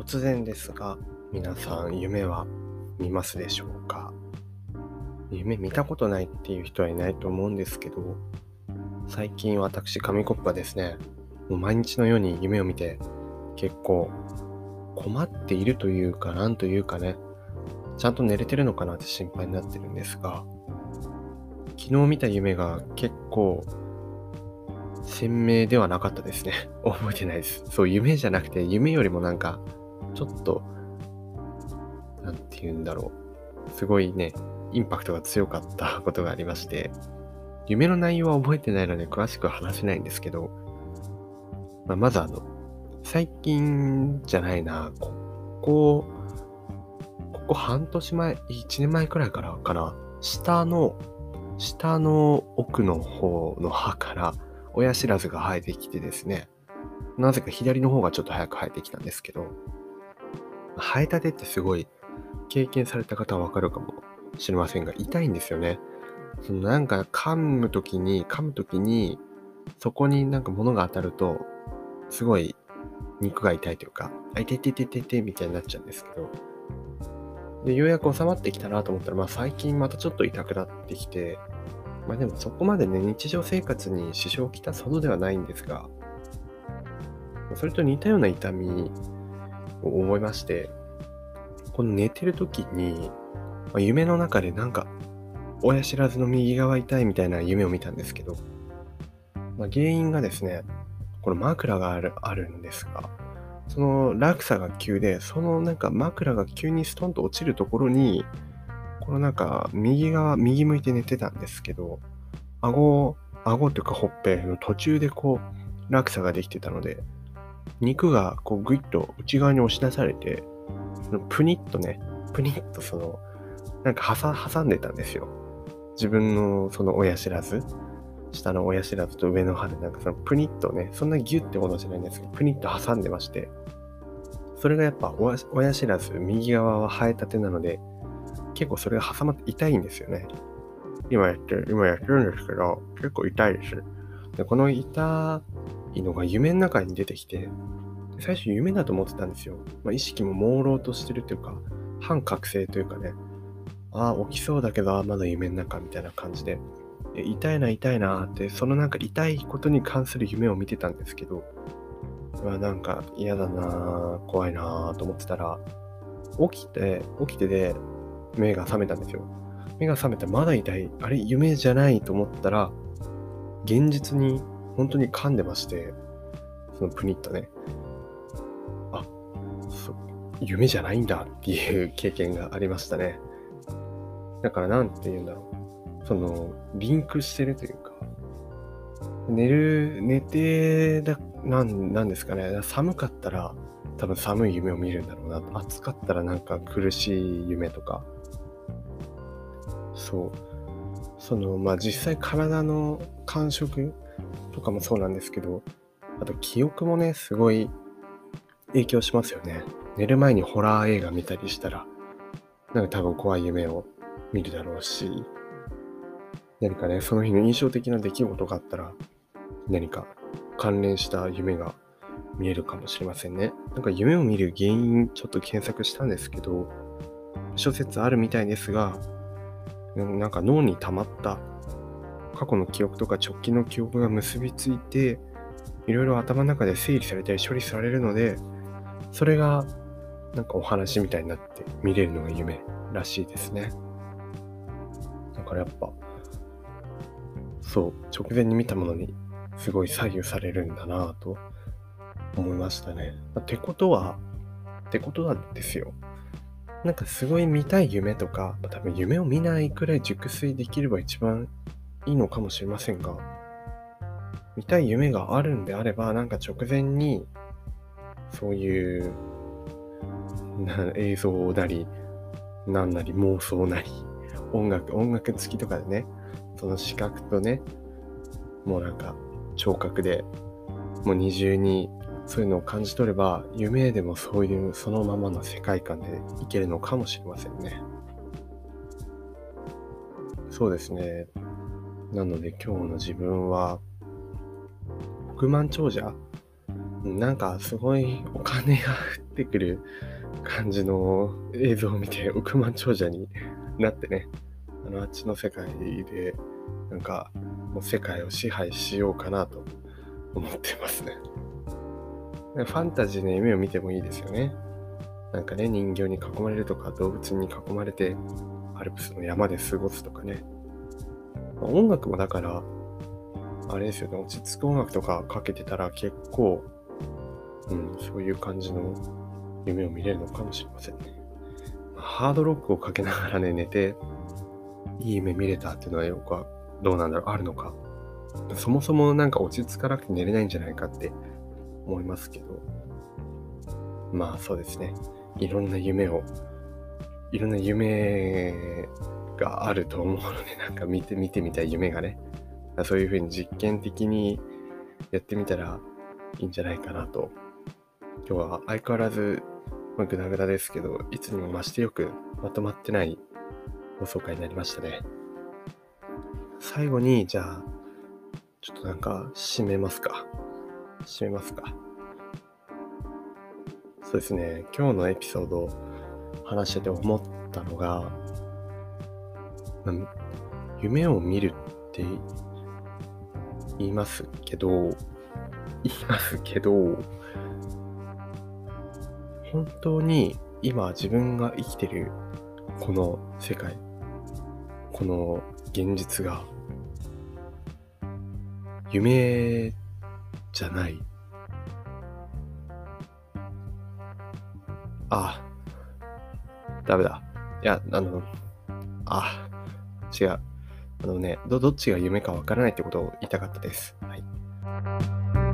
突然ですが、皆さん夢は見ますでしょうか？夢見たことないっていう人はいないと思うんですけど、最近私、紙コップはですね、もう毎日のように夢を見て、結構困っているというか、なんというかね、ちゃんと寝れてるのかなって心配になってるんですが、昨日見た夢が結構鮮明ではなかったですね。覚えてないです。そう、夢じゃなくて、夢よりもなんか、ちょっと、なんて言うんだろう。すごいね、インパクトが強かったことがありまして、夢の内容は覚えてないので詳しくは話せないんですけど、まず最近じゃないな、こ、ここ半年前、1年前くらいからかな、下の奥の方の歯から親知らずが生えてきてですね、なぜか左の方がちょっと早く生えてきたんですけど、生えたてってすごい経験された方はわかるかもしれませんが、痛いんですよね。なんか噛むときに、そこになんか物が当たると、すごい肉が痛いというか、痛いててててみたいになっちゃうんですけど、で、ようやく収まってきたなと思ったら、最近またちょっと痛くなってきて、でもそこまでね、日常生活に支障をきたすほどではないんですが、それと似たような痛みを覚えまして、この寝てる時に、夢の中でなんか、親知らずの右側痛いみたいな夢を見たんですけど、原因がですね、この枕があるんですが、その落差が急で、そのなんか枕が急にストンと落ちるところに、このなんか右向いて寝てたんですけど、顎というかほっぺの途中で落差ができてたので、肉がグイッと内側に押し出されて、プニッとなんか挟んでたんですよ。自分のその下の親知らずと上の歯でなんかプニッとね、そんなギュッてほどじゃないんですけど、プニッと挟んでまして、それがやっぱ親知らず右側は生えたてなので、結構それが挟まって痛いんですよね。今やってるんですけど、結構痛いです。で、この痛いのが夢の中に出てきて、最初夢だと思ってたんですよ。意識も朦朧としてるというか、半覚醒というかね、起きそうだけど、まだ夢の中みたいな感じで、痛いなって、そのなんか痛いことに関する夢を見てたんですけど、なんか嫌だな、怖いなと思ってたら、起きてで目が覚めたんですよ。目が覚めてまだ痛い。あれ、夢じゃないと思ったら、現実に本当に噛んでまして、そのプニッとね、あ、夢じゃないんだっていう経験がありましたね。だからなんて言うんだろう。リンクしてるというか、寝てなんですかね。寒かったら多分寒い夢を見るんだろうな。暑かったらなんか苦しい夢とか。そう。実際体の感触とかもそうなんですけど、あと記憶もね、すごい影響しますよね。寝る前にホラー映画見たりしたら、なんか多分怖い夢を見るだろうし、何かね、その日の印象的な出来事があったら、何か関連した夢が見えるかもしれませんね。なんか夢を見る原因ちょっと検索したんですけど、諸説あるみたいですが、なんか脳に溜まった過去の記憶とか直近の記憶が結びついて、いろいろ頭の中で整理されたり処理されるので、それがなんかお話みたいになって見れるのが夢らしいですね。だからやっぱ、そう、直前に見たものにすごい左右されるんだなぁと思いましたね。ってことはですよ。なんかすごい見たい夢とか、多分夢を見ないくらい熟睡できれば一番いいのかもしれませんが、見たい夢があるんであれば、なんか直前にそういう映像なり、なんなり妄想なり、音楽付きとかでね、その視覚とね、もうなんか聴覚でもう二重にそういうのを感じ取れば、夢でもそういうそのままの世界観でいけるのかもしれませんね。そうですね。なので今日の自分は億万長者なんかすごいお金が降ってくる感じの映像を見て億万長者になってね、あっちの世界でなんかもう世界を支配しようかなと思ってますね。ファンタジーの夢を見てもいいですよね。なんかね、人形に囲まれるとか動物に囲まれてアルプスの山で過ごすとかね。音楽もだからあれですよね、落ち着く音楽とかかけてたら結構、そういう感じの夢を見れるのかもしれませんね。ハードロックをかけながらね、寝て、いい夢見れたっていうのはよくはどうなんだろう、あるのか。そもそもなんか落ち着かなくて寝れないんじゃないかって思いますけど、まあそうですね。いろんな夢があると思うので、なんか見てみたい夢がね、そういう風に実験的にやってみたらいいんじゃないかなと。今日は相変わらずグダグダですけど、いつにも増してよくまとまってない放送回になりましたね。最後に、じゃあ、ちょっとなんか締めますか。そうですね、今日のエピソード話してて思ったのが、夢を見るって言いますけど、本当に今自分が生きてるこの世界、この現実が夢じゃない。ダメだ。いや、違う。どっちが夢かわからないってことを言いたかったです。はい。